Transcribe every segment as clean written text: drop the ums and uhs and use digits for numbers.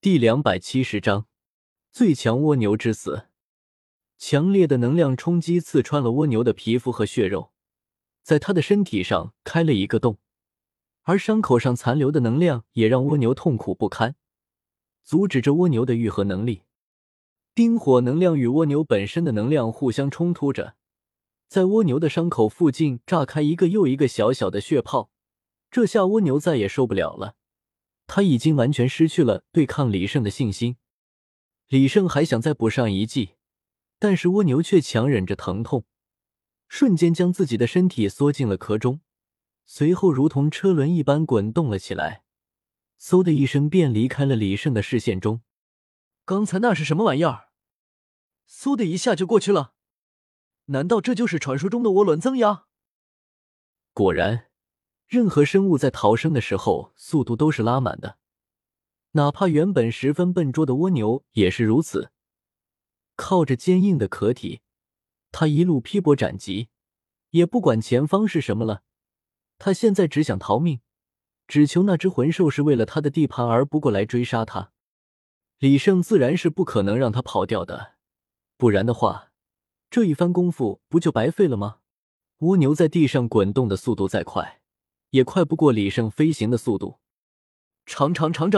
第270章最强蜗牛之死。强烈的能量冲击刺穿了蜗牛的皮肤和血肉，在它的身体上开了一个洞，而伤口上残留的能量也让蜗牛痛苦不堪，阻止着蜗牛的愈合能力。冰火能量与蜗牛本身的能量互相冲突着，在蜗牛的伤口附近炸开一个又一个小小的血泡，这下蜗牛再也受不了了。他已经完全失去了对抗李胜的信心。李胜还想再补上一记，但是蜗牛却强忍着疼痛，瞬间将自己的身体缩进了壳中，随后如同车轮一般滚动了起来，嗖的一声便离开了李胜的视线中。刚才那是什么玩意儿？嗖的一下就过去了？难道这就是传说中的涡轮增压？果然，任何生物在逃生的时候速度都是拉满的，哪怕原本十分笨拙的蜗牛也是如此。靠着坚硬的壳体，它一路劈波斩击，也不管前方是什么了。它现在只想逃命，只求那只魂兽是为了它的地盘而不过来追杀它。李胜自然是不可能让它跑掉的，不然的话，这一番功夫不就白费了吗？蜗牛在地上滚动的速度再快，也快不过李胜飞行的速度。长！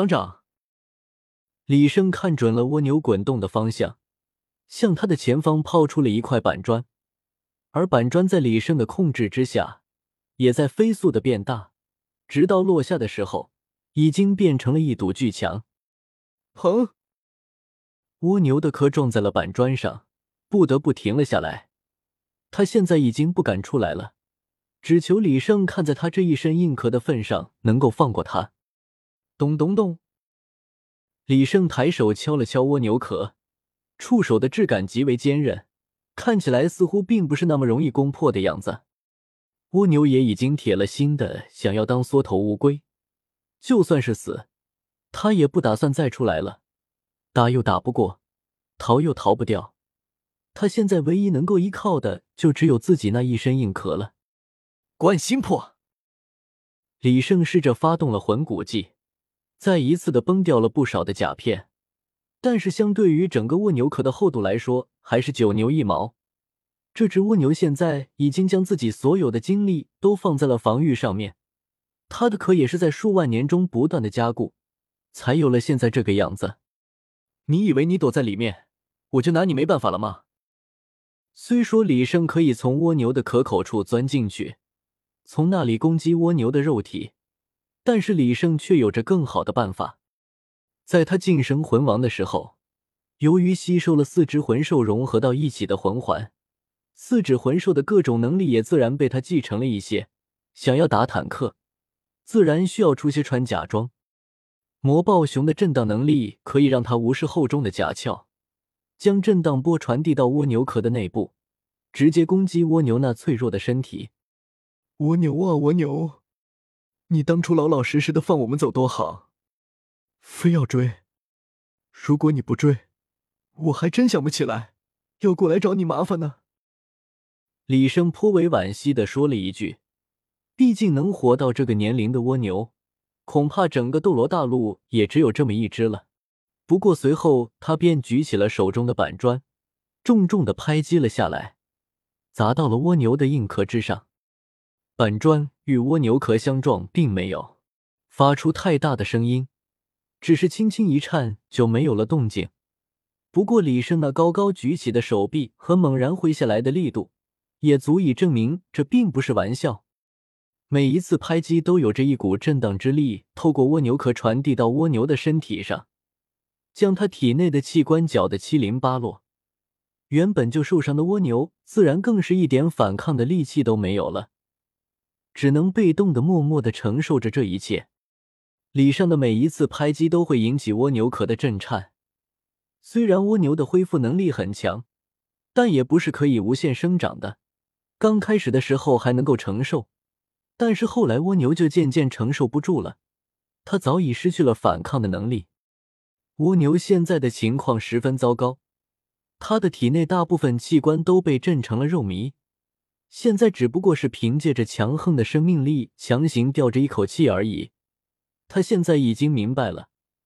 李胜看准了蜗牛滚动的方向，向他的前方抛出了一块板砖，而板砖在李胜的控制之下，也在飞速的变大，直到落下的时候，已经变成了一堵巨墙。砰！蜗牛的壳撞在了板砖上，不得不停了下来。他现在已经不敢出来了，只求李胜看在他这一身硬壳的份上，能够放过他。咚咚咚！李胜抬手敲了敲蜗牛壳，触手的质感极为坚韧，看起来似乎并不是那么容易攻破的样子。蜗牛也已经铁了心的想要当缩头乌龟，就算是死，他也不打算再出来了。打又打不过，逃又逃不掉，他现在唯一能够依靠的就只有自己那一身硬壳了。观心魄！李胜试着发动了魂骨技，再一次的崩掉了不少的甲片，但是相对于整个蜗牛壳的厚度来说，还是九牛一毛。这只蜗牛现在已经将自己所有的精力都放在了防御上面，它的壳也是在数万年中不断的加固，才有了现在这个样子。你以为你躲在里面，我就拿你没办法了吗？虽说李胜可以从蜗牛的壳口处钻进去，从那里攻击蜗牛的肉体，但是李胜却有着更好的办法。在他晋升魂王的时候，由于吸收了4只魂兽融合到一起的魂环，4指魂兽的各种能力也自然被他继承了一些。想要打坦克，自然需要出些穿甲装。魔豹熊的震荡能力可以让他无视厚重的甲壳，将震荡波传递到蜗牛壳的内部，直接攻击蜗牛那脆弱的身体。 蜗牛啊蜗牛，你当初老老实实的放我们走多好，非要追。如果你不追，我还真想不起来要过来找你麻烦呢。 李胜颇为惋惜地说了一句，毕竟能活到这个年龄的蜗牛，恐怕整个斗罗大陆也只有这么一只了。不过随后他便举起了手中的板砖，重重地拍击了下来，砸到了蜗牛的硬壳之上。板砖与蜗牛壳相撞，并没有发出太大的声音，只是轻轻一颤就没有了动静。不过李胜那高高举起的手臂和猛然挥下来的力度，也足以证明这并不是玩笑。每一次拍击都有着一股震荡之力透过蜗牛壳传递到蜗牛的身体上，将他体内的器官搅得七零八落。原本就受伤的蜗牛自然更是一点反抗的力气都没有了，只能被动的默默地承受着这一切。李胜的每一次拍击都会引起蜗牛壳的震颤，虽然蜗牛的恢复能力很强，但也不是可以无限生长的。刚开始的时候还能够承受，但是后来蜗牛就渐渐承受不住了，它早已失去了反抗的能力。蜗牛现在的情况十分糟糕，它的体内大部分器官都被震成了肉糜，现在只不过是凭借着强横的生命力强行吊着一口气而已。他现在已经明白了，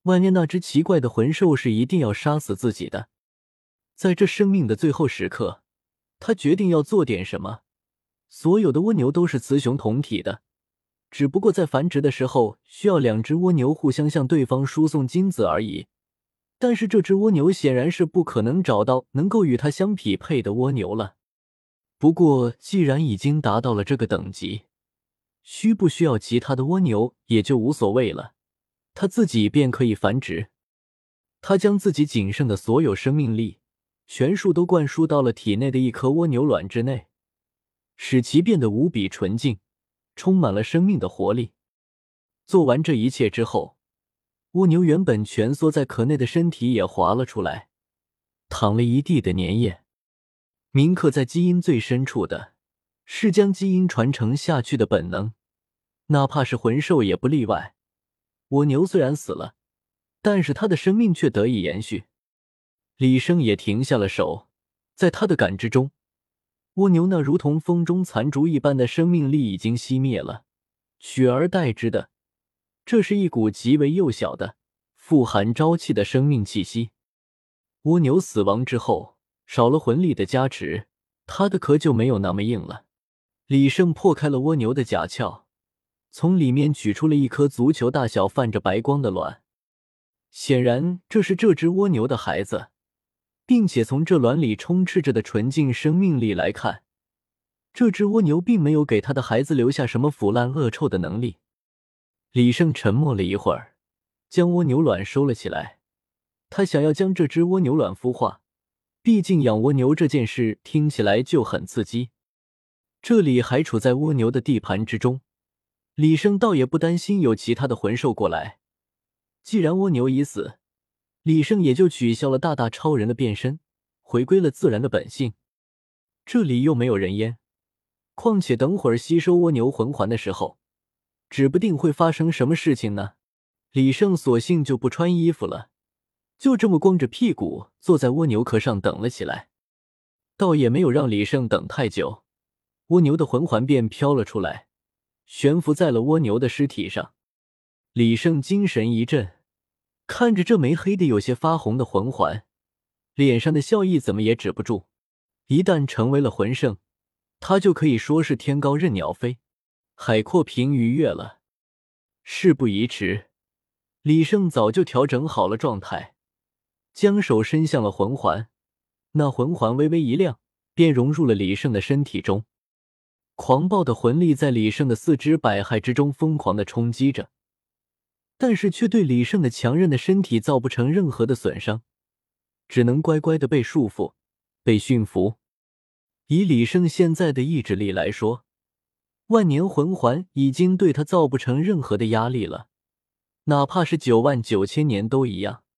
外面那只奇怪的魂兽是一定要杀死自己的。在这生命的最后时刻，他决定要做点什么。所有的蜗牛都是雌雄同体的，只不过在繁殖的时候需要两只蜗牛互相向对方输送精子而已。但是这只蜗牛显然是不可能找到能够与它相匹配的蜗牛了。不过既然已经达到了这个等级，需不需要其他的蜗牛也就无所谓了，它自己便可以繁殖。他将自己仅剩的所有生命力全数都灌输到了体内的一颗蜗牛卵之内，使其变得无比纯净，充满了生命的活力。做完这一切之后，蜗牛原本蜷缩在壳内的身体也滑了出来，淌了一地的粘液。铭刻在基因最深处的是将基因传承下去的本能，哪怕是魂兽也不例外。蜗牛虽然死了，但是它的生命却得以延续。李生也停下了手，在他的感知中，蜗牛那如同风中残烛一般的生命力已经熄灭了，取而代之的，这是一股极为幼小的、富含朝气的生命气息。蜗牛死亡之后，少了魂力的加持，它的壳就没有那么硬了。李胜破开了蜗牛的甲壳，从里面取出了一颗足球大小、泛着白光的卵。显然，这是这只蜗牛的孩子，并且从这卵里充斥着的纯净生命力来看，这只蜗牛并没有给他的孩子留下什么腐烂恶臭的能力。李胜沉默了一会儿，将蜗牛卵收了起来。他想要将这只蜗牛卵孵化，毕竟养蜗牛这件事听起来就很刺激。这里还处在蜗牛的地盘之中，李胜倒也不担心有其他的魂兽过来。既然蜗牛已死，李胜也就取消了大大超人的变身，回归了自然的本性。这里又没有人烟，况且等会儿吸收蜗牛魂环的时候，指不定会发生什么事情呢。李胜索性就不穿衣服了，就这么光着屁股坐在蜗牛壳上等了起来。倒也没有让李胜等太久，蜗牛的魂环便飘了出来，悬浮在了蜗牛的尸体上。李胜精神一振，看着这枚黑的有些发红的魂环，脸上的笑意怎么也止不住。一旦成为了魂圣，他就可以说是天高任鸟飞，海阔凭鱼跃了。事不宜迟，李胜早就调整好了状态，将手伸向了魂环，那魂环微微一亮，便融入了李胜的身体中。狂暴的魂力在李胜的四肢百骸之中疯狂地冲击着，但是却对李胜的强韧的身体造不成任何的损伤，只能乖乖地被束缚，被驯服。以李胜现在的意志力来说，万年魂环已经对他造不成任何的压力了，哪怕是99000年都一样。